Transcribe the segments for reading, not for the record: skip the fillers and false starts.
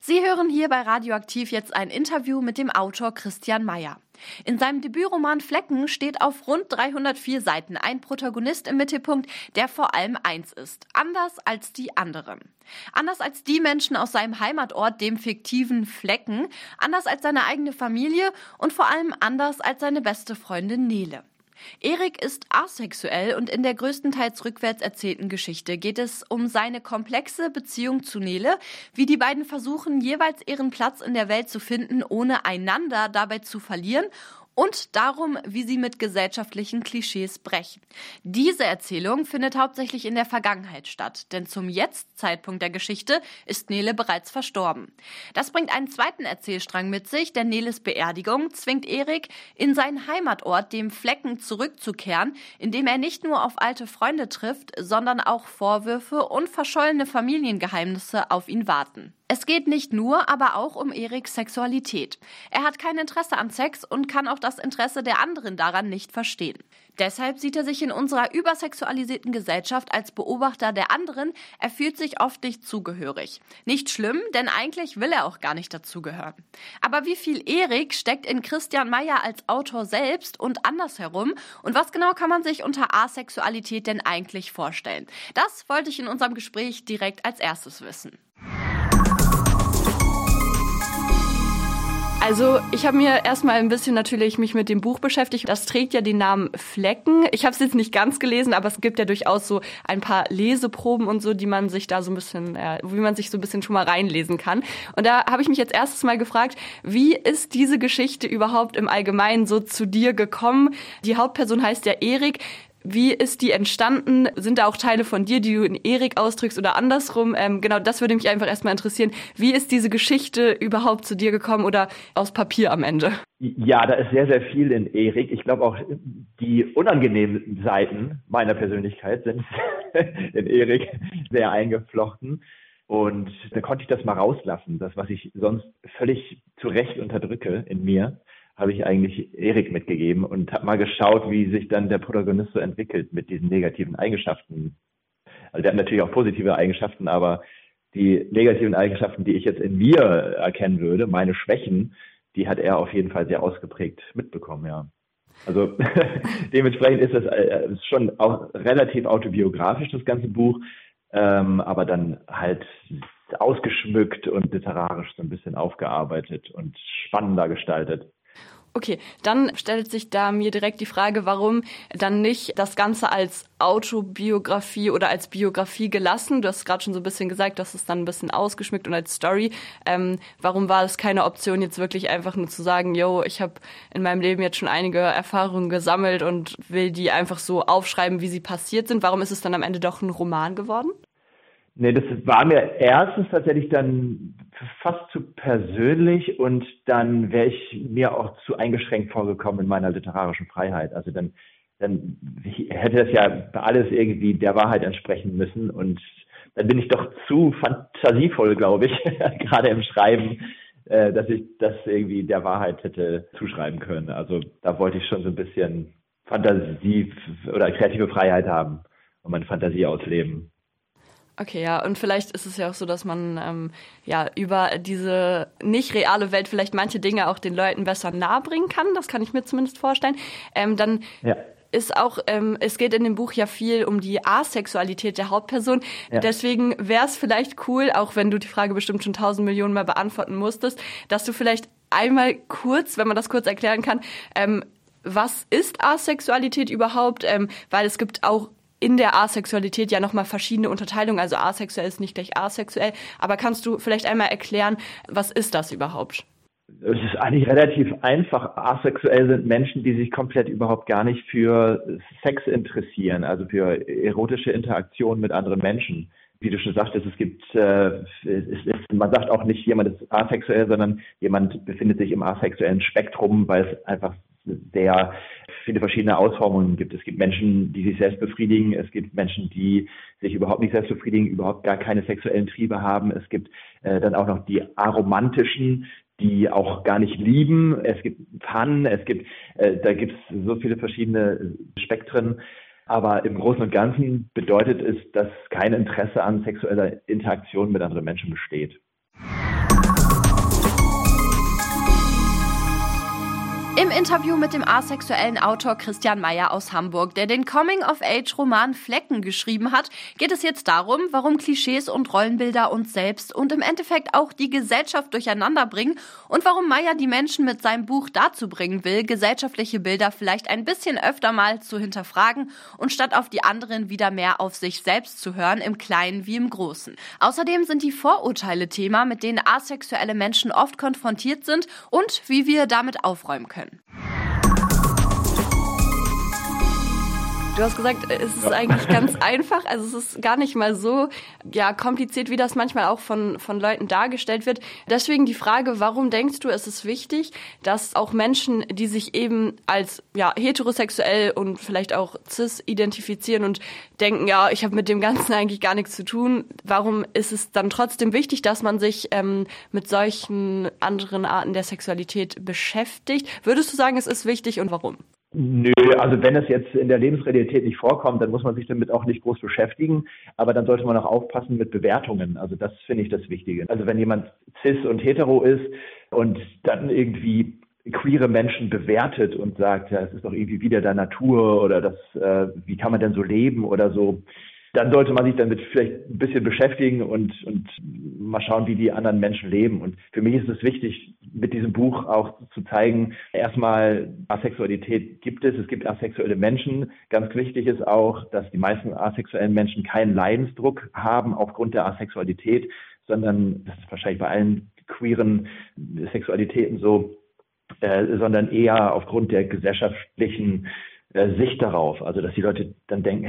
Sie hören hier bei Radioaktiv jetzt ein Interview mit dem Autor Christian Meyer. In seinem Debütroman Flecken steht auf rund 304 Seiten ein Protagonist im Mittelpunkt, der vor allem eins ist: anders als die anderen. Anders als die Menschen aus seinem Heimatort, dem fiktiven Flecken, anders als seine eigene Familie und vor allem anders als seine beste Freundin Nele. Erik ist asexuell und in der größtenteils rückwärts erzählten Geschichte geht es um seine komplexe Beziehung zu Nele, wie die beiden versuchen, jeweils ihren Platz in der Welt zu finden, ohne einander dabei zu verlieren, und darum, wie sie mit gesellschaftlichen Klischees brechen. Diese Erzählung findet hauptsächlich in der Vergangenheit statt, denn zum Jetzt-Zeitpunkt der Geschichte ist Nele bereits verstorben. Das bringt einen zweiten Erzählstrang mit sich, denn Neles Beerdigung zwingt Erik, in seinen Heimatort, dem Flecken, zurückzukehren, indem er nicht nur auf alte Freunde trifft, sondern auch Vorwürfe und verschollene Familiengeheimnisse auf ihn warten. Es geht nicht nur, aber auch um Eriks Sexualität. Er hat kein Interesse an Sex und kann auch das Interesse der anderen daran nicht verstehen. Deshalb sieht er sich in unserer übersexualisierten Gesellschaft als Beobachter der anderen. Er fühlt sich oft nicht zugehörig. Nicht schlimm, denn eigentlich will er auch gar nicht dazugehören. Aber wie viel Erik steckt in Christian Meyer als Autor selbst und andersherum? Und was genau kann man sich unter Asexualität denn eigentlich vorstellen? Das wollte ich in unserem Gespräch direkt als erstes wissen. Also ich habe mir erstmal ein bisschen natürlich mich mit dem Buch beschäftigt. Das trägt ja den Namen Flecken. Ich habe es jetzt nicht ganz gelesen, aber es gibt ja durchaus so ein paar Leseproben und so, die man sich da so ein bisschen, wie man sich so ein bisschen schon mal reinlesen kann. Und da habe ich mich jetzt erstes Mal gefragt, wie ist diese Geschichte überhaupt im Allgemeinen so zu dir gekommen? Die Hauptperson heißt ja Erik. Wie ist die entstanden? Sind da auch Teile von dir, die du in Erik ausdrückst oder andersrum? Genau, das würde mich einfach erstmal interessieren. Wie ist diese Geschichte überhaupt zu dir gekommen oder aus Papier am Ende? Ja, da ist sehr, sehr viel in Erik. Ich glaube auch, die unangenehmen Seiten meiner Persönlichkeit sind in Erik sehr eingeflochten. Und da konnte ich das mal rauslassen. Das, was ich sonst völlig zu Recht unterdrücke in mir, habe ich eigentlich Erik mitgegeben und habe mal geschaut, wie sich dann der Protagonist so entwickelt mit diesen negativen Eigenschaften. Also der hat natürlich auch positive Eigenschaften, aber die negativen Eigenschaften, die ich jetzt in mir erkennen würde, meine Schwächen, die hat er auf jeden Fall sehr ausgeprägt mitbekommen, ja. Also dementsprechend ist das schon auch relativ autobiografisch, das ganze Buch, aber dann halt ausgeschmückt und literarisch so ein bisschen aufgearbeitet und spannender gestaltet. Okay, dann stellt sich da mir direkt die Frage, warum dann nicht das Ganze als Autobiografie oder als Biografie gelassen? Du hast gerade schon so ein bisschen gesagt, dass es dann ein bisschen ausgeschmückt und als Story. Warum war es keine Option, jetzt wirklich einfach nur zu sagen, yo, ich habe in meinem Leben jetzt schon einige Erfahrungen gesammelt und will die einfach so aufschreiben, wie sie passiert sind? Warum ist es dann am Ende doch ein Roman geworden? Nee, das war mir erstens tatsächlich dann fast zu persönlich und dann wäre ich mir auch zu eingeschränkt vorgekommen in meiner literarischen Freiheit. Also dann hätte das ja alles irgendwie der Wahrheit entsprechen müssen und dann bin ich doch zu fantasievoll, glaube ich, gerade im Schreiben, dass ich das irgendwie der Wahrheit hätte zuschreiben können. Also da wollte ich schon so ein bisschen Fantasie oder kreative Freiheit haben und meine Fantasie ausleben. Okay, ja, und vielleicht ist es ja auch so, dass man über diese nicht reale Welt vielleicht manche Dinge auch den Leuten besser nahebringen kann. Das kann ich mir zumindest vorstellen. Ist auch, es geht in dem Buch ja viel um die Asexualität der Hauptperson. Ja. Deswegen wäre es vielleicht cool, auch wenn du die Frage bestimmt schon 1000 Millionen Mal beantworten musstest, dass du vielleicht einmal kurz, wenn man das kurz erklären kann, was ist Asexualität überhaupt? Weil es gibt auch in der Asexualität ja nochmal verschiedene Unterteilungen. Also asexuell ist nicht gleich asexuell. Aber kannst du vielleicht einmal erklären, was ist das überhaupt? Es ist eigentlich relativ einfach. Asexuell sind Menschen, die sich komplett überhaupt gar nicht für Sex interessieren, also für erotische Interaktion mit anderen Menschen. Wie du schon sagtest, man sagt auch nicht, jemand ist asexuell, sondern jemand befindet sich im asexuellen Spektrum, weil es einfach sehr viele verschiedene Ausformungen gibt. Es gibt Menschen, die sich selbst befriedigen. Es gibt Menschen, die sich überhaupt nicht selbst befriedigen, überhaupt gar keine sexuellen Triebe haben. Es gibt dann auch noch die aromantischen, die auch gar nicht lieben. Es gibt Pannen, da gibt es so viele verschiedene Spektren. Aber im Großen und Ganzen bedeutet es, dass kein Interesse an sexueller Interaktion mit anderen Menschen besteht. Im Interview mit dem asexuellen Autor Christian Meier aus Hamburg, der den Coming-of-Age-Roman Flecken geschrieben hat, geht es jetzt darum, warum Klischees und Rollenbilder uns selbst und im Endeffekt auch die Gesellschaft durcheinander bringen und warum Meier die Menschen mit seinem Buch dazu bringen will, gesellschaftliche Bilder vielleicht ein bisschen öfter mal zu hinterfragen und statt auf die anderen wieder mehr auf sich selbst zu hören, im Kleinen wie im Großen. Außerdem sind die Vorurteile Thema, mit denen asexuelle Menschen oft konfrontiert sind und wie wir damit aufräumen können. Du hast gesagt, es ist eigentlich ganz einfach, also es ist gar nicht mal so kompliziert, wie das manchmal auch von Leuten dargestellt wird. Deswegen die Frage, warum denkst du, es ist wichtig, dass auch Menschen, die sich eben als heterosexuell und vielleicht auch cis identifizieren und denken, ich habe mit dem Ganzen eigentlich gar nichts zu tun, warum ist es dann trotzdem wichtig, dass man sich mit solchen anderen Arten der Sexualität beschäftigt? Würdest du sagen, es ist wichtig und warum? Nö, also wenn es jetzt in der Lebensrealität nicht vorkommt, dann muss man sich damit auch nicht groß beschäftigen. Aber dann sollte man auch aufpassen mit Bewertungen. Also das finde ich das Wichtige. Also wenn jemand cis und hetero ist und dann irgendwie queere Menschen bewertet und sagt, es ist doch irgendwie wider der Natur oder wie kann man denn so leben oder so, dann sollte man sich damit vielleicht ein bisschen beschäftigen und mal schauen, wie die anderen Menschen leben. Und für mich ist es wichtig, mit diesem Buch auch zu zeigen, erstmal, Asexualität gibt es gibt asexuelle Menschen. Ganz wichtig ist auch, dass die meisten asexuellen Menschen keinen Leidensdruck haben aufgrund der Asexualität, sondern, das ist wahrscheinlich bei allen queeren Sexualitäten so, sondern eher aufgrund der gesellschaftlichen Sicht darauf, also dass die Leute dann denken,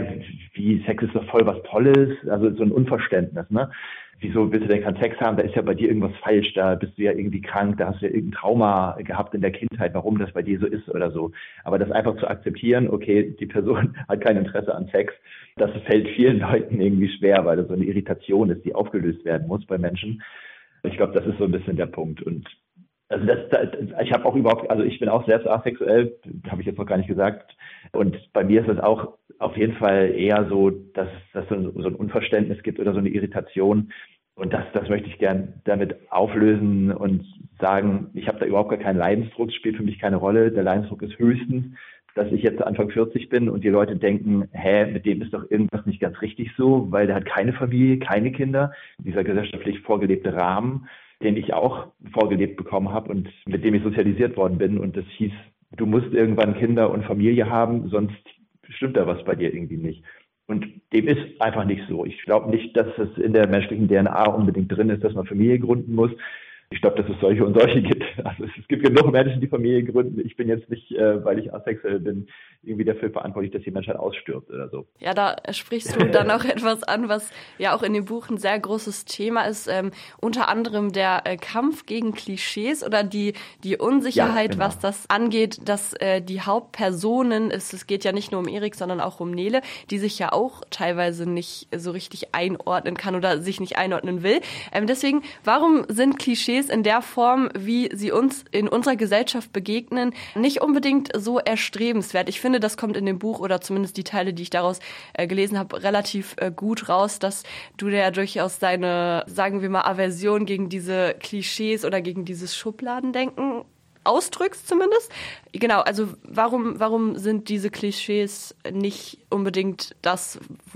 wie Sex ist doch voll was Tolles, also so ein Unverständnis, ne? Wieso willst du denn keinen Sex haben? Da ist ja bei dir irgendwas falsch, da bist du ja irgendwie krank, da hast du ja irgendein Trauma gehabt in der Kindheit, warum das bei dir so ist oder so. Aber das einfach zu akzeptieren, okay, die Person hat kein Interesse an Sex, das fällt vielen Leuten irgendwie schwer, weil das so eine Irritation ist, die aufgelöst werden muss bei Menschen. Ich glaube, das ist so ein bisschen der Punkt. Und also ich habe auch ich bin auch selbst asexuell, habe ich jetzt noch gar nicht gesagt. Und bei mir ist es auch auf jeden Fall eher so, dass so ein Unverständnis gibt oder so eine Irritation. Und das möchte ich gern damit auflösen und sagen, ich habe da überhaupt gar keinen Leidensdruck, spielt für mich keine Rolle. Der Leidensdruck ist höchstens, dass ich jetzt Anfang 40 bin und die Leute denken, mit dem ist doch irgendwas nicht ganz richtig so, weil der hat keine Familie, keine Kinder, dieser gesellschaftlich vorgelebte Rahmen, den ich auch vorgelebt bekommen habe und mit dem ich sozialisiert worden bin. Und das hieß, du musst irgendwann Kinder und Familie haben, sonst stimmt da was bei dir irgendwie nicht. Und dem ist einfach nicht so. Ich glaube nicht, dass es in der menschlichen DNA unbedingt drin ist, dass man Familie gründen muss. Ich glaube, dass es solche und solche gibt. Also es gibt genug Menschen, die Familie gründen. Ich bin jetzt nicht, weil ich asexuell bin, irgendwie dafür verantwortlich, dass die Menschheit ausstirbt oder so. Ja, da sprichst du dann auch etwas an, was ja auch in dem Buch ein sehr großes Thema ist. Unter anderem der Kampf gegen Klischees oder die Unsicherheit, was das angeht, dass die Hauptpersonen, es geht ja nicht nur um Erik, sondern auch um Nele, die sich ja auch teilweise nicht so richtig einordnen kann oder sich nicht einordnen will. Deswegen, warum sind Klischees in der Form, wie sie uns in unserer Gesellschaft begegnen, nicht unbedingt so erstrebenswert? Ich finde, das kommt in dem Buch oder zumindest die Teile, die ich daraus gelesen habe, relativ gut raus, dass du ja durchaus deine, sagen wir mal, Aversion gegen diese Klischees oder gegen dieses Schubladendenken ausdrückst zumindest. Genau, also warum sind diese Klischees nicht unbedingt das,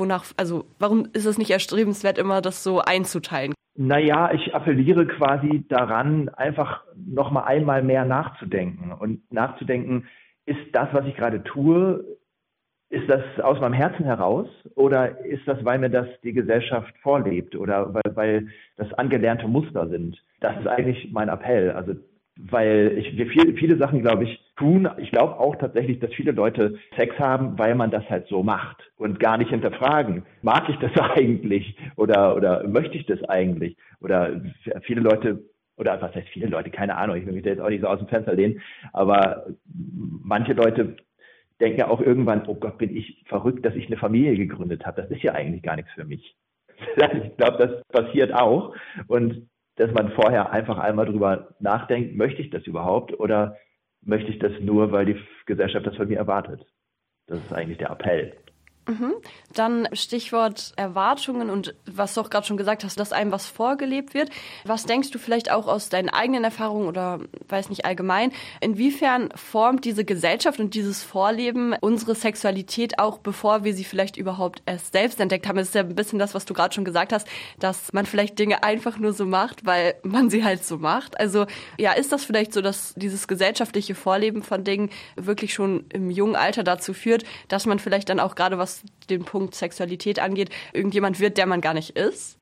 warum ist es nicht erstrebenswert, immer das so einzuteilen? Naja, ich appelliere quasi daran, einfach noch einmal mehr nachzudenken. Und nachzudenken, ist das, was ich gerade tue, ist das aus meinem Herzen heraus oder ist das, weil mir das die Gesellschaft vorlebt oder weil das angelernte Muster sind? Das ist eigentlich mein Appell. Also weil wir viele Sachen, glaube ich, tun. Ich glaube auch tatsächlich, dass viele Leute Sex haben, weil man das halt so macht und gar nicht hinterfragen. Mag ich das eigentlich oder möchte ich das eigentlich? Oder viele Leute, oder was heißt viele Leute, keine Ahnung, ich will mich da jetzt auch nicht so aus dem Fenster lehnen, aber manche Leute denken ja auch irgendwann, oh Gott, bin ich verrückt, dass ich eine Familie gegründet habe. Das ist ja eigentlich gar nichts für mich. Ich glaube, das passiert auch und dass man vorher einfach einmal drüber nachdenkt, möchte ich das überhaupt oder möchte ich das nur, weil die Gesellschaft das von mir erwartet? Das ist eigentlich der Appell. Dann Stichwort Erwartungen und was du auch gerade schon gesagt hast, dass einem was vorgelebt wird. Was denkst du vielleicht auch aus deinen eigenen Erfahrungen oder weiß nicht allgemein, inwiefern formt diese Gesellschaft und dieses Vorleben unsere Sexualität auch, bevor wir sie vielleicht überhaupt erst selbst entdeckt haben? Das ist ja ein bisschen das, was du gerade schon gesagt hast, dass man vielleicht Dinge einfach nur so macht, weil man sie halt so macht. Also ja, ist das vielleicht so, dass dieses gesellschaftliche Vorleben von Dingen wirklich schon im jungen Alter dazu führt, dass man vielleicht dann auch gerade was den Punkt Sexualität angeht, irgendjemand wird, der man gar nicht ist?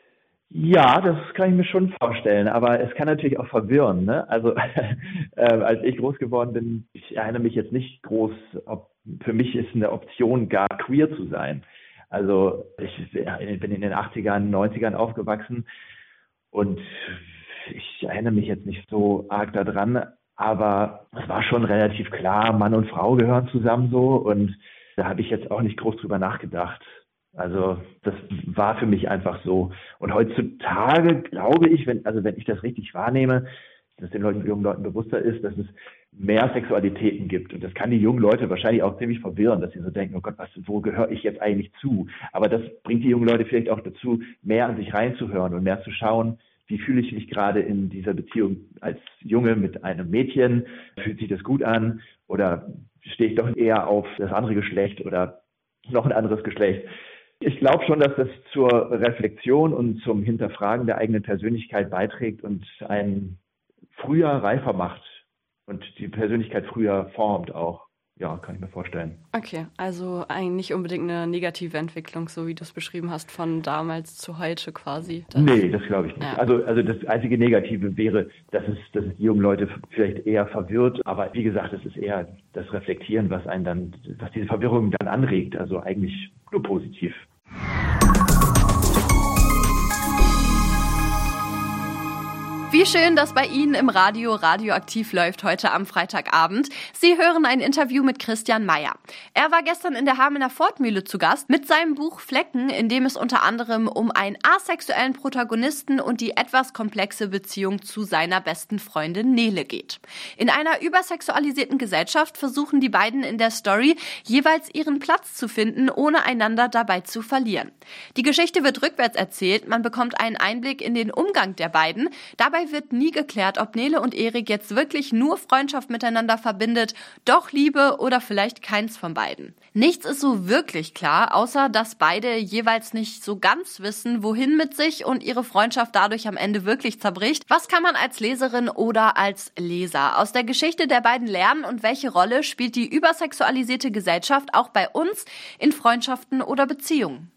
Ja, das kann ich mir schon vorstellen, aber es kann natürlich auch verwirren, ne? Also als ich groß geworden bin, ich erinnere mich jetzt nicht groß, ob für mich ist eine Option, gar queer zu sein. Also ich bin in den 80ern, 90ern aufgewachsen und ich erinnere mich jetzt nicht so arg daran, aber es war schon relativ klar, Mann und Frau gehören zusammen so und da habe ich jetzt auch nicht groß drüber nachgedacht. Also das war für mich einfach so. Und heutzutage glaube ich, wenn ich das richtig wahrnehme, dass den jungen Leuten bewusster ist, dass es mehr Sexualitäten gibt. Und das kann die jungen Leute wahrscheinlich auch ziemlich verwirren, dass sie so denken, oh Gott, wo gehöre ich jetzt eigentlich zu? Aber das bringt die jungen Leute vielleicht auch dazu, mehr an sich reinzuhören und mehr zu schauen, wie fühle ich mich gerade in dieser Beziehung als Junge mit einem Mädchen? Fühlt sich das gut an? Oder stehe ich doch eher auf das andere Geschlecht oder noch ein anderes Geschlecht? Ich glaube schon, dass das zur Reflexion und zum Hinterfragen der eigenen Persönlichkeit beiträgt und einen früher reifer macht und die Persönlichkeit früher formt auch. Ja, kann ich mir vorstellen. Okay, also eigentlich nicht unbedingt eine negative Entwicklung, so wie du es beschrieben hast, von damals zu heute quasi. Nee, das glaube ich nicht. Ja. Also das einzige Negative wäre, dass es die jungen Leute vielleicht eher verwirrt. Aber wie gesagt, es ist eher das Reflektieren, was diese Verwirrung dann anregt. Also eigentlich nur positiv. Wie schön, dass bei Ihnen im Radio Radioaktiv läuft heute am Freitagabend. Sie hören ein Interview mit Christian Mayer. Er war gestern in der Hamelner Fortmühle zu Gast mit seinem Buch Flecken, in dem es unter anderem um einen asexuellen Protagonisten und die etwas komplexe Beziehung zu seiner besten Freundin Nele geht. In einer übersexualisierten Gesellschaft versuchen die beiden in der Story jeweils ihren Platz zu finden, ohne einander dabei zu verlieren. Die Geschichte wird rückwärts erzählt, man bekommt einen Einblick in den Umgang der beiden. Dabei wird nie geklärt, ob Nele und Erik jetzt wirklich nur Freundschaft miteinander verbindet, doch Liebe oder vielleicht keins von beiden. Nichts ist so wirklich klar, außer dass beide jeweils nicht so ganz wissen, wohin mit sich und ihre Freundschaft dadurch am Ende wirklich zerbricht. Was kann man als Leserin oder als Leser aus der Geschichte der beiden lernen und welche Rolle spielt die übersexualisierte Gesellschaft auch bei uns in Freundschaften oder Beziehungen?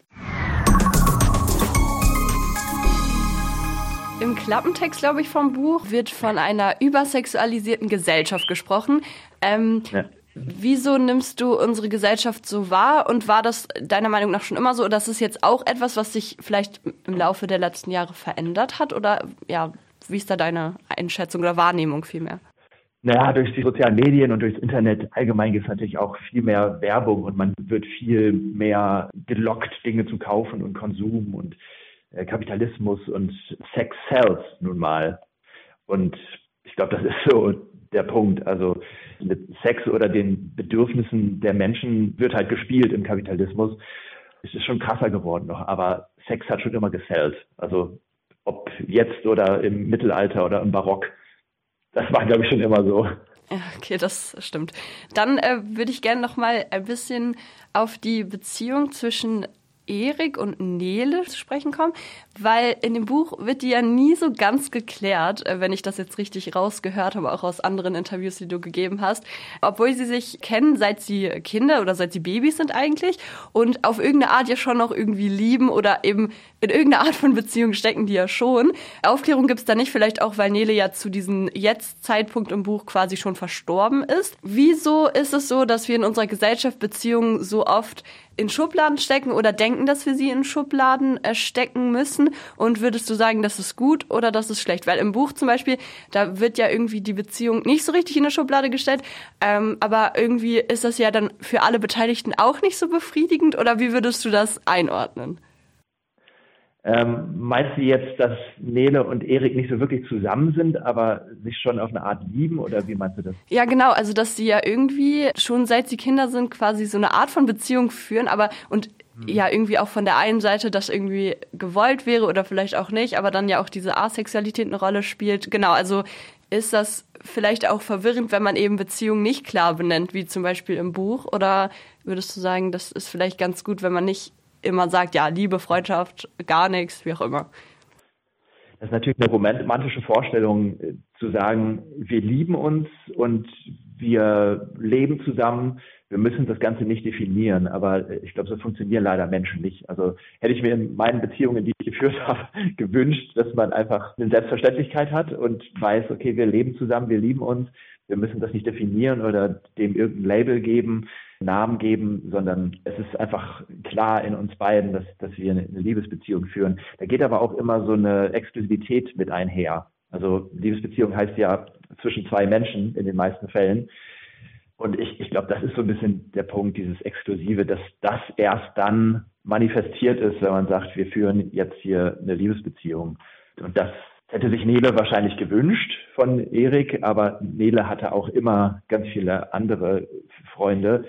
Im Klappentext, glaube ich, vom Buch wird von einer übersexualisierten Gesellschaft gesprochen. Ja. Wieso nimmst du unsere Gesellschaft so wahr? Und war das deiner Meinung nach schon immer so? Oder ist es jetzt auch etwas, was sich vielleicht im Laufe der letzten Jahre verändert hat? Oder ja, wie ist da deine Einschätzung oder Wahrnehmung vielmehr? Naja, durch die sozialen Medien und durchs Internet allgemein gibt es natürlich auch viel mehr Werbung und man wird viel mehr gelockt, Dinge zu kaufen und Konsum und Kapitalismus und Sex sells nun mal. Und ich glaube, das ist so der Punkt. Also mit Sex oder den Bedürfnissen der Menschen wird halt gespielt im Kapitalismus. Es ist schon krasser geworden noch, aber Sex hat schon immer gesellt. Also ob jetzt oder im Mittelalter oder im Barock, das war, glaube ich, schon immer so. Ja, okay, das stimmt. Dann würde ich gerne noch mal ein bisschen auf die Beziehung zwischen Erik und Nele zu sprechen kommen, weil in dem Buch wird die ja nie so ganz geklärt, wenn ich das jetzt richtig rausgehört habe, auch aus anderen Interviews, die du gegeben hast, obwohl sie sich kennen, seit sie Kinder oder seit sie Babys sind eigentlich und auf irgendeine Art ja schon noch irgendwie lieben oder eben in irgendeiner Art von Beziehung stecken die ja schon. Aufklärung gibt's da nicht, vielleicht auch, weil Nele ja zu diesem Jetzt-Zeitpunkt im Buch quasi schon verstorben ist. Wieso ist es so, dass wir in unserer Gesellschaft Beziehungen so oft in Schubladen stecken oder denken, dass wir sie in Schubladen stecken müssen? Und würdest du sagen, das ist gut oder das ist schlecht? Weil im Buch zum Beispiel, da wird ja irgendwie die Beziehung nicht so richtig in eine Schublade gestellt, aber irgendwie ist das ja dann für alle Beteiligten auch nicht so befriedigend, oder wie würdest du das einordnen? Meinst du jetzt, dass Nele und Erik nicht so wirklich zusammen sind, aber sich schon auf eine Art lieben, oder wie meinst du das? Ja, genau, also dass sie ja irgendwie schon seit sie Kinder sind quasi so eine Art von Beziehung führen, aber ja irgendwie auch von der einen Seite das irgendwie gewollt wäre oder vielleicht auch nicht, aber dann ja auch diese Asexualität eine Rolle spielt. Genau, also ist das vielleicht auch verwirrend, wenn man eben Beziehungen nicht klar benennt, wie zum Beispiel im Buch, oder würdest du sagen, das ist vielleicht ganz gut, wenn man nicht immer sagt, ja, Liebe, Freundschaft, gar nichts, wie auch immer? Das ist natürlich eine romantische Vorstellung, zu sagen, wir lieben uns und wir leben zusammen. Wir müssen das Ganze nicht definieren, aber ich glaube, so funktionieren leider Menschen nicht. Also hätte ich mir in meinen Beziehungen, die ich geführt habe, gewünscht, dass man einfach eine Selbstverständlichkeit hat und weiß, okay, wir leben zusammen, wir lieben uns. Wir müssen das nicht definieren oder dem irgendein Label geben, Namen geben, sondern es ist einfach klar in uns beiden, dass wir eine Liebesbeziehung führen. Da geht aber auch immer so eine Exklusivität mit einher. Also Liebesbeziehung heißt ja zwischen zwei Menschen in den meisten Fällen. Und ich glaube, das ist so ein bisschen der Punkt, dieses Exklusive, dass das erst dann manifestiert ist, wenn man sagt, wir führen jetzt hier eine Liebesbeziehung. Und das hätte sich Nele wahrscheinlich gewünscht von Erik, aber Nele hatte auch immer ganz viele andere Freunde.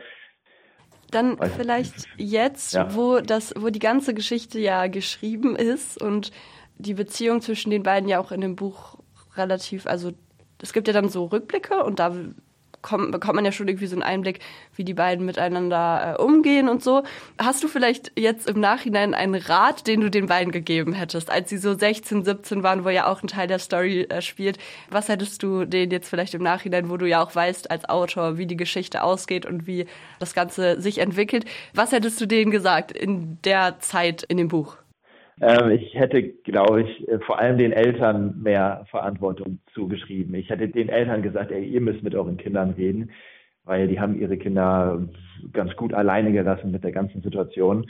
Dann vielleicht jetzt, ja, wo die ganze Geschichte ja geschrieben ist und die Beziehung zwischen den beiden ja auch in dem Buch relativ, also es gibt ja dann so Rückblicke und da bekommt man ja schon irgendwie so einen Einblick, wie die beiden miteinander umgehen und so. Hast du vielleicht jetzt im Nachhinein einen Rat, den du den beiden gegeben hättest, als sie so 16, 17 waren, wo ja auch ein Teil der Story spielt? Was hättest du denen jetzt vielleicht im Nachhinein, wo du ja auch weißt als Autor, wie die Geschichte ausgeht und wie das Ganze sich entwickelt, was hättest du denen gesagt in der Zeit in dem Buch? Ich hätte, glaube ich, vor allem den Eltern mehr Verantwortung zugeschrieben. Ich hätte den Eltern gesagt, ihr müsst mit euren Kindern reden, weil die haben ihre Kinder ganz gut alleine gelassen mit der ganzen Situation.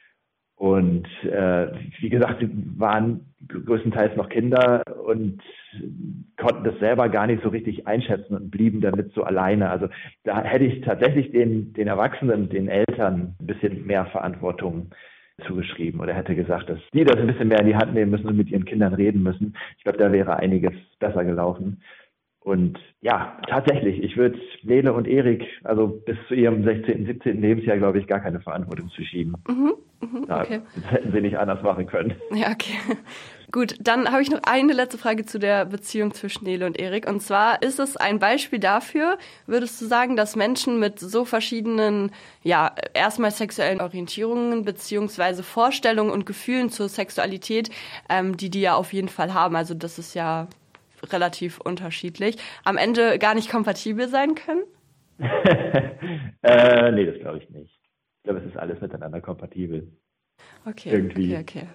Und wie gesagt, sie waren größtenteils noch Kinder und konnten das selber gar nicht so richtig einschätzen und blieben damit so alleine. Also da hätte ich tatsächlich den Erwachsenen, den Eltern ein bisschen mehr Verantwortung zugeschrieben oder hätte gesagt, dass die das ein bisschen mehr in die Hand nehmen müssen und mit ihren Kindern reden müssen. Ich glaube, da wäre einiges besser gelaufen. Und ja, tatsächlich, ich würde Nele und Erik, also bis zu ihrem 16., 17. Lebensjahr, glaube ich, gar keine Verantwortung zu schieben. Okay. Das hätten sie nicht anders machen können. Ja, okay. Gut, dann habe ich noch eine letzte Frage zu der Beziehung zwischen Nele und Erik. Und zwar, ist es ein Beispiel dafür, würdest du sagen, dass Menschen mit so verschiedenen, ja, erstmal sexuellen Orientierungen beziehungsweise Vorstellungen und Gefühlen zur Sexualität, die ja auf jeden Fall haben, also das ist ja relativ unterschiedlich, am Ende gar nicht kompatibel sein können? Nee, das glaube ich nicht. Ich glaube, es ist alles miteinander kompatibel. Okay, irgendwie. Okay.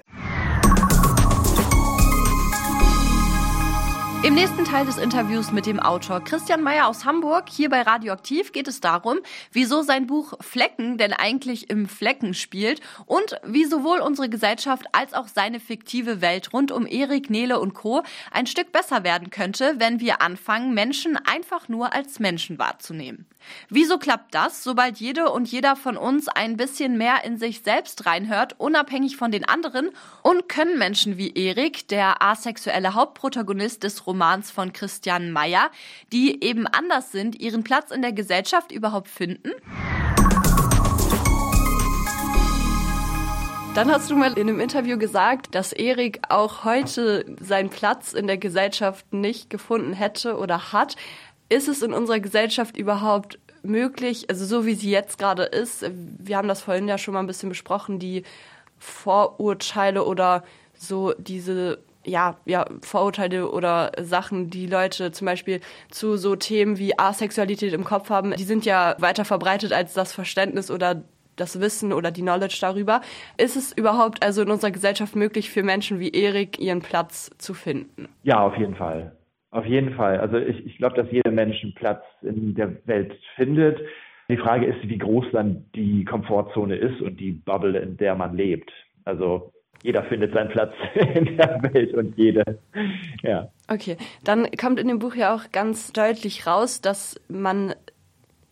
Im nächsten Teil des Interviews mit dem Autor Christian Mayer aus Hamburg, hier bei Radioaktiv, geht es darum, wieso sein Buch Flecken denn eigentlich im Flecken spielt und wie sowohl unsere Gesellschaft als auch seine fiktive Welt rund um Erik, Nele und Co. ein Stück besser werden könnte, wenn wir anfangen, Menschen einfach nur als Menschen wahrzunehmen. Wieso klappt das, sobald jede und jeder von uns ein bisschen mehr in sich selbst reinhört, unabhängig von den anderen? Und können Menschen wie Erik, der asexuelle Hauptprotagonist des Romans von Christian Mayer, die eben anders sind, ihren Platz in der Gesellschaft überhaupt finden? Dann hast du mal in einem Interview gesagt, dass Erik auch heute seinen Platz in der Gesellschaft nicht gefunden hätte oder hat. Ist es in unserer Gesellschaft überhaupt möglich, also so wie sie jetzt gerade ist, wir haben das vorhin ja schon mal ein bisschen besprochen, die Vorurteile oder so diese Vorurteile oder Sachen, die Leute zum Beispiel zu so Themen wie Asexualität im Kopf haben, die sind ja weiter verbreitet als das Verständnis oder das Wissen oder die Knowledge darüber. Ist es überhaupt also in unserer Gesellschaft möglich für Menschen wie Erik, ihren Platz zu finden? Ja, auf jeden Fall. Auf jeden Fall. Also ich glaube, dass jeder Mensch einen Platz in der Welt findet. Die Frage ist, wie groß dann die Komfortzone ist und die Bubble, in der man lebt. Also jeder findet seinen Platz in der Welt und jede. Ja. Okay, dann kommt in dem Buch ja auch ganz deutlich raus, dass man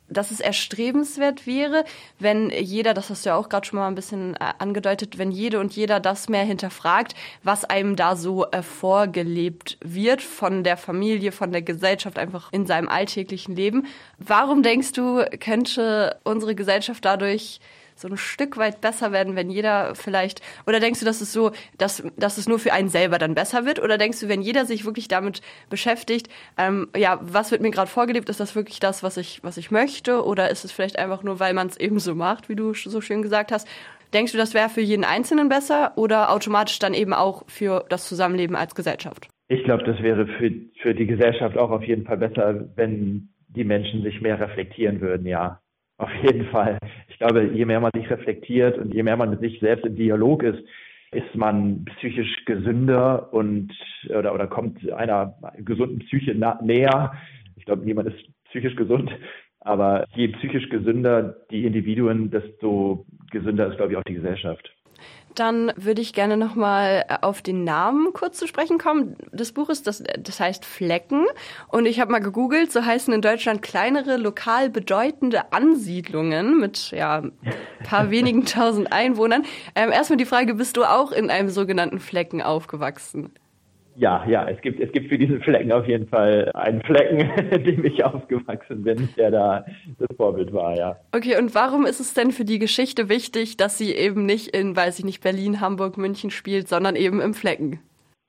dass es erstrebenswert wäre, wenn jeder, das hast du ja auch gerade schon mal ein bisschen angedeutet, wenn jede und jeder das mehr hinterfragt, was einem da so vorgelebt wird von der Familie, von der Gesellschaft, einfach in seinem alltäglichen Leben. Warum denkst du, könnte unsere Gesellschaft dadurch so ein Stück weit besser werden, wenn jeder vielleicht, oder denkst du, dass es so, dass es nur für einen selber dann besser wird, oder denkst du, wenn jeder sich wirklich damit beschäftigt, was wird mir gerade vorgelebt, ist das wirklich das, was ich möchte, oder ist es vielleicht einfach nur, weil man es eben so macht, wie du so schön gesagt hast? Denkst du, das wäre für jeden Einzelnen besser oder automatisch dann eben auch für das Zusammenleben als Gesellschaft? Ich glaube, das wäre für die Gesellschaft auch auf jeden Fall besser, wenn die Menschen sich mehr reflektieren würden, ja. Auf jeden Fall. Ich glaube, je mehr man sich reflektiert und je mehr man mit sich selbst im Dialog ist man psychisch gesünder oder kommt einer gesunden Psyche näher. Ich glaube, niemand ist psychisch gesund, aber je psychisch gesünder die Individuen, desto gesünder ist, glaube ich, auch die Gesellschaft. Dann würde ich gerne nochmal auf den Namen kurz zu sprechen kommen. Das Buch ist, das heißt Flecken. Und ich habe mal gegoogelt, so heißen in Deutschland kleinere, lokal bedeutende Ansiedlungen mit ein paar wenigen tausend Einwohnern. Erstmal die Frage, bist du auch in einem sogenannten Flecken aufgewachsen? Ja, es gibt für diesen Flecken auf jeden Fall einen Flecken, in dem ich aufgewachsen bin, der da das Vorbild war, ja. Okay, und warum ist es denn für die Geschichte wichtig, dass sie eben nicht in, Berlin, Hamburg, München spielt, sondern eben im Flecken?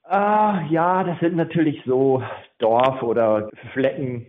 Das sind natürlich so Dorf- oder Flecken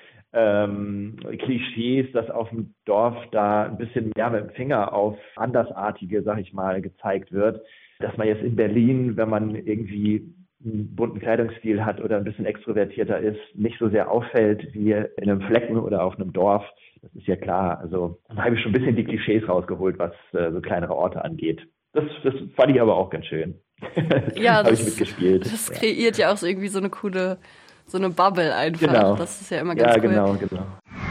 Klischees, dass auf dem Dorf da ein bisschen mehr mit dem Finger auf Andersartige, sag ich mal, gezeigt wird. Dass man jetzt in Berlin, wenn man irgendwie einen bunten Kleidungsstil hat oder ein bisschen extrovertierter ist, nicht so sehr auffällt wie in einem Flecken oder auf einem Dorf. Das ist ja klar. Also da habe ich schon ein bisschen die Klischees rausgeholt, was so kleinere Orte angeht. Das fand ich aber auch ganz schön. Ja, habe ich mitgespielt. Das kreiert ja auch so irgendwie so eine coole, so eine Bubble einfach. Genau. Das ist ja immer ganz cool. Ja, genau.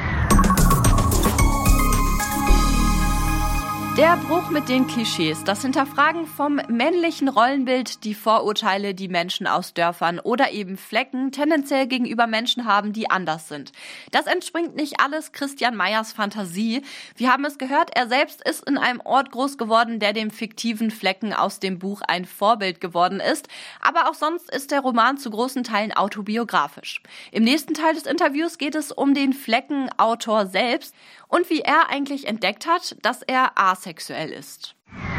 Der Bruch mit den Klischees, das Hinterfragen vom männlichen Rollenbild, die Vorurteile, die Menschen aus Dörfern oder eben Flecken tendenziell gegenüber Menschen haben, die anders sind. Das entspringt nicht alles Christian Meyers Fantasie. Wir haben es gehört, er selbst ist in einem Ort groß geworden, der dem fiktiven Flecken aus dem Buch ein Vorbild geworden ist. Aber auch sonst ist der Roman zu großen Teilen autobiografisch. Im nächsten Teil des Interviews geht es um den Flecken-Autor selbst und wie er eigentlich entdeckt hat, dass er asexuell ist.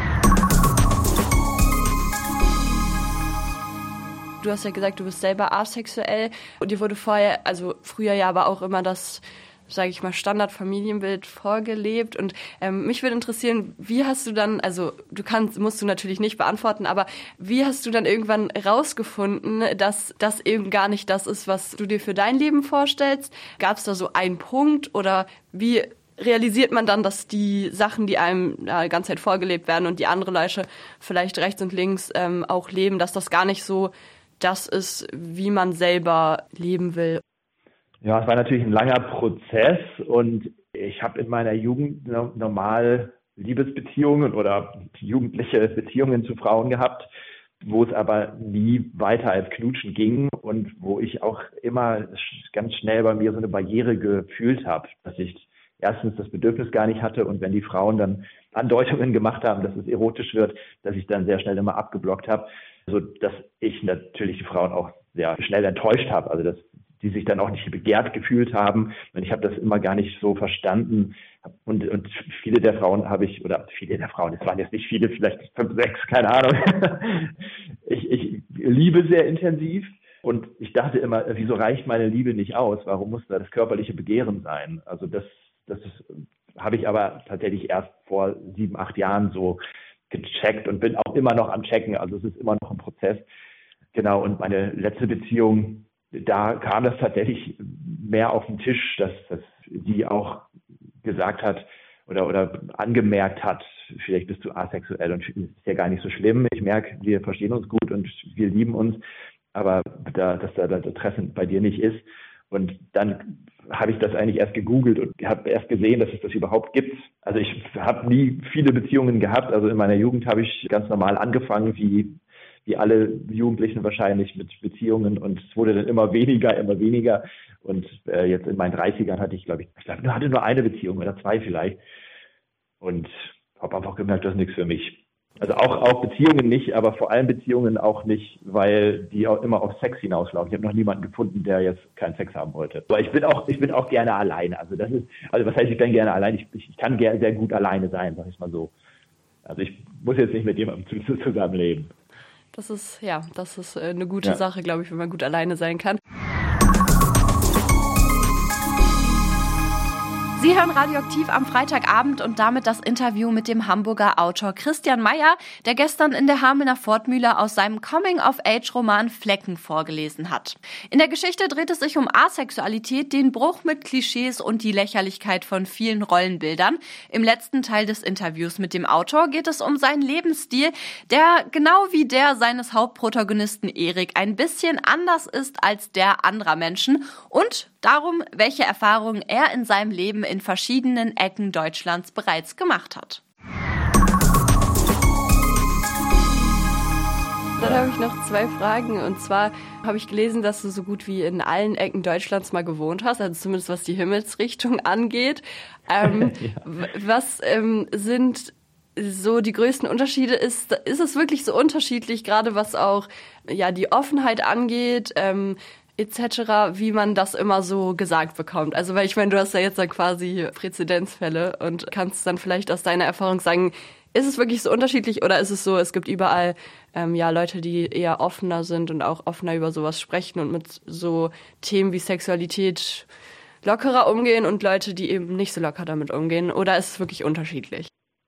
Du hast ja gesagt, du bist selber asexuell und dir wurde früher ja aber auch immer das, sage ich mal, Standardfamilienbild vorgelebt. Und mich würde interessieren, wie hast du dann, musst du natürlich nicht beantworten, aber wie hast du dann irgendwann rausgefunden, dass das eben gar nicht das ist, was du dir für dein Leben vorstellst? Gab es da so einen Punkt oder wie realisiert man dann, dass die Sachen, die einem die ganze Zeit vorgelebt werden und die andere Leute vielleicht rechts und links auch leben, dass das gar nicht so das ist, wie man selber leben will? Ja, es war natürlich ein langer Prozess und ich habe in meiner Jugend normal Liebesbeziehungen oder jugendliche Beziehungen zu Frauen gehabt, wo es aber nie weiter als Knutschen ging und wo ich auch immer ganz schnell bei mir so eine Barriere gefühlt habe, dass ich erstens das Bedürfnis gar nicht hatte und wenn die Frauen dann Andeutungen gemacht haben, dass es erotisch wird, dass ich dann sehr schnell immer abgeblockt habe, so dass ich natürlich die Frauen auch sehr schnell enttäuscht habe, also dass die sich dann auch nicht begehrt gefühlt haben und ich habe das immer gar nicht so verstanden und viele der Frauen, es waren jetzt nicht viele, vielleicht 5, 6, keine Ahnung, ich liebe sehr intensiv. Und ich dachte immer, wieso reicht meine Liebe nicht aus? Warum muss da das körperliche Begehren sein? Also das habe ich aber tatsächlich erst vor 7, 8 Jahren so gecheckt und bin auch immer noch am Checken. Also es ist immer noch ein Prozess. Genau, und meine letzte Beziehung, da kam das tatsächlich mehr auf den Tisch, dass die auch gesagt hat oder angemerkt hat, vielleicht bist du asexuell und ist ja gar nicht so schlimm. Ich merke, wir verstehen uns gut und wir lieben uns, aber dass da das Interesse bei dir nicht ist. Und dann habe ich das eigentlich erst gegoogelt und habe erst gesehen, dass es das überhaupt gibt. Also ich habe nie viele Beziehungen gehabt. Also in meiner Jugend habe ich ganz normal angefangen, wie wie alle Jugendlichen wahrscheinlich mit Beziehungen und es wurde dann immer weniger. Und jetzt in meinen 30ern hatte ich hatte nur eine Beziehung oder 2 vielleicht. Und habe einfach gemerkt, das ist nichts für mich. Also auch Beziehungen nicht, aber vor allem Beziehungen auch nicht, weil die auch immer auf Sex hinauslaufen. Ich habe noch niemanden gefunden, der jetzt keinen Sex haben wollte. Aber ich bin auch gerne alleine. Also was heißt, ich bin gerne allein? Ich kann sehr gut alleine sein, sag ich mal so. Also ich muss jetzt nicht mit jemandem zusammenleben. Das ist eine gute Sache, glaube ich, wenn man gut alleine sein kann. Sie hören Radioaktiv am Freitagabend und damit das Interview mit dem Hamburger Autor Christian Mayer, der gestern in der Hamelner Fortmühle aus seinem Coming-of-Age-Roman Flecken vorgelesen hat. In der Geschichte dreht es sich um Asexualität, den Bruch mit Klischees und die Lächerlichkeit von vielen Rollenbildern. Im letzten Teil des Interviews mit dem Autor geht es um seinen Lebensstil, der genau wie der seines Hauptprotagonisten Erik ein bisschen anders ist als der anderer Menschen und darum, welche Erfahrungen er in seinem Leben in verschiedenen Ecken Deutschlands bereits gemacht hat. Dann habe ich noch 2 Fragen. Und zwar habe ich gelesen, dass du so gut wie in allen Ecken Deutschlands mal gewohnt hast, also zumindest was die Himmelsrichtung angeht. Was sind so die größten Unterschiede? Ist es wirklich so unterschiedlich, gerade was auch die Offenheit angeht, etc., wie man das immer so gesagt bekommt? Also, weil ich meine, du hast ja jetzt dann quasi Präzedenzfälle und kannst dann vielleicht aus deiner Erfahrung sagen, ist es wirklich so unterschiedlich oder ist es so, es gibt überall Leute, die eher offener sind und auch offener über sowas sprechen und mit so Themen wie Sexualität lockerer umgehen und Leute, die eben nicht so locker damit umgehen? Oder ist es wirklich unterschiedlich?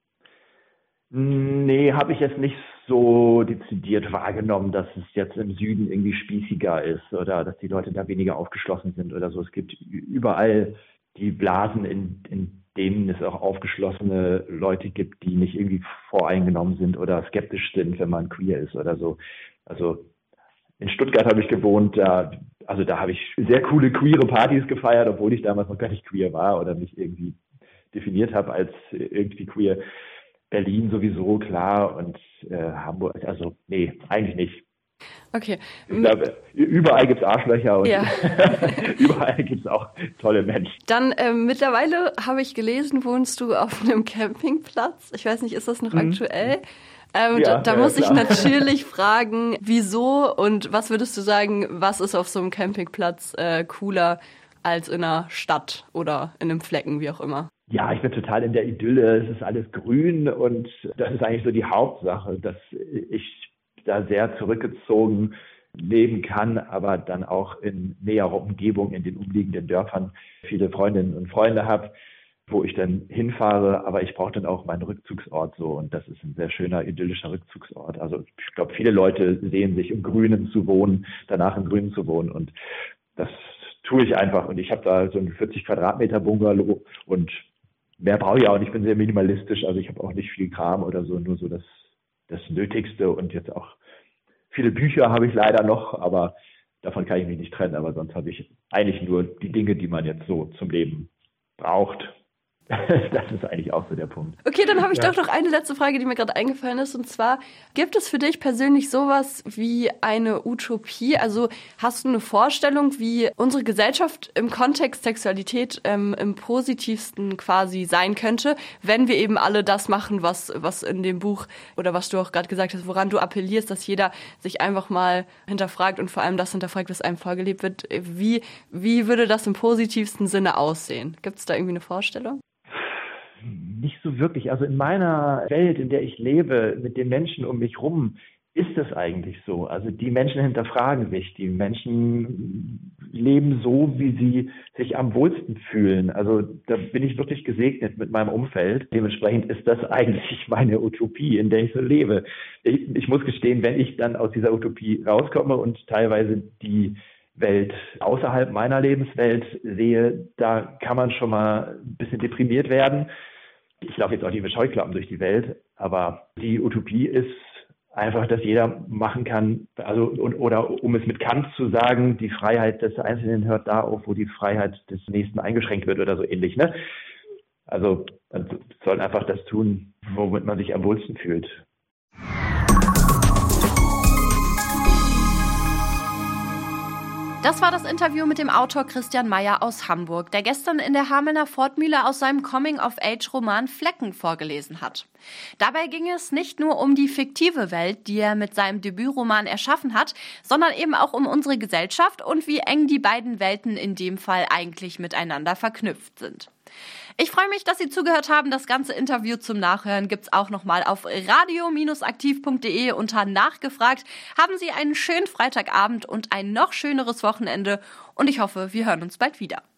Nee, habe ich jetzt nicht so dezidiert wahrgenommen, dass es jetzt im Süden irgendwie spießiger ist oder dass die Leute da weniger aufgeschlossen sind oder so. Es gibt überall die Blasen, in denen es auch aufgeschlossene Leute gibt, die nicht irgendwie voreingenommen sind oder skeptisch sind, wenn man queer ist oder so. Also in Stuttgart habe ich gewohnt, da habe ich sehr coole queere Partys gefeiert, obwohl ich damals noch gar nicht queer war oder mich irgendwie definiert habe als irgendwie queer. Berlin sowieso, klar, und Hamburg, also nee, eigentlich nicht. Okay. Ich glaube, überall gibt es Arschlöcher und überall gibt es auch tolle Menschen. Dann mittlerweile habe ich gelesen, wohnst du auf einem Campingplatz. Ich weiß nicht, ist das noch aktuell? Da muss ich natürlich fragen, wieso und was würdest du sagen, was ist auf so einem Campingplatz cooler als in einer Stadt oder in einem Flecken, wie auch immer? Ja, ich bin total in der Idylle. Es ist alles grün und das ist eigentlich so die Hauptsache, dass ich da sehr zurückgezogen leben kann, aber dann auch in näherer Umgebung in den umliegenden Dörfern viele Freundinnen und Freunde habe, wo ich dann hinfahre, aber ich brauche dann auch meinen Rückzugsort so und das ist ein sehr schöner, idyllischer Rückzugsort. Also ich glaube, viele Leute sehen sich im Grünen zu wohnen, danach im Grünen zu wohnen und das tue ich einfach und ich habe da so einen 40 Quadratmeter Bungalow und mehr brauche ich auch nicht, ich bin sehr minimalistisch, also ich habe auch nicht viel Kram oder so, nur so das Nötigste und jetzt auch viele Bücher habe ich leider noch, aber davon kann ich mich nicht trennen, aber sonst habe ich eigentlich nur die Dinge, die man jetzt so zum Leben braucht. Das ist eigentlich auch so der Punkt. Okay, dann habe ich doch noch eine letzte Frage, die mir gerade eingefallen ist. Und zwar, gibt es für dich persönlich sowas wie eine Utopie? Also hast du eine Vorstellung, wie unsere Gesellschaft im Kontext Sexualität im positivsten quasi sein könnte, wenn wir eben alle das machen, was in dem Buch oder was du auch gerade gesagt hast, woran du appellierst, dass jeder sich einfach mal hinterfragt und vor allem das hinterfragt, was einem vorgelebt wird. Wie würde das im positivsten Sinne aussehen? Gibt es da irgendwie eine Vorstellung? Nicht so wirklich. Also in meiner Welt, in der ich lebe, mit den Menschen um mich rum, ist das eigentlich so. Also die Menschen hinterfragen sich. Die Menschen leben so, wie sie sich am wohlsten fühlen. Also da bin ich wirklich gesegnet mit meinem Umfeld. Dementsprechend ist das eigentlich meine Utopie, in der ich so lebe. Ich muss gestehen, wenn ich dann aus dieser Utopie rauskomme und teilweise die Welt außerhalb meiner Lebenswelt sehe, da kann man schon mal ein bisschen deprimiert werden. Ich laufe jetzt auch nicht mit Scheuklappen durch die Welt, aber die Utopie ist einfach, dass jeder machen kann, also oder um es mit Kant zu sagen, die Freiheit des Einzelnen hört da auf, wo die Freiheit des Nächsten eingeschränkt wird oder so ähnlich, ne? Also man soll einfach das tun, womit man sich am wohlsten fühlt. Das war das Interview mit dem Autor Christian Mayer aus Hamburg, der gestern in der Hamelner Fortmühle aus seinem Coming-of-Age-Roman Flecken vorgelesen hat. Dabei ging es nicht nur um die fiktive Welt, die er mit seinem Debütroman erschaffen hat, sondern eben auch um unsere Gesellschaft und wie eng die beiden Welten in dem Fall eigentlich miteinander verknüpft sind. Ich freue mich, dass Sie zugehört haben. Das ganze Interview zum Nachhören gibt's auch nochmal auf radio-aktiv.de unter Nachgefragt. Haben Sie einen schönen Freitagabend und ein noch schöneres Wochenende und ich hoffe, wir hören uns bald wieder.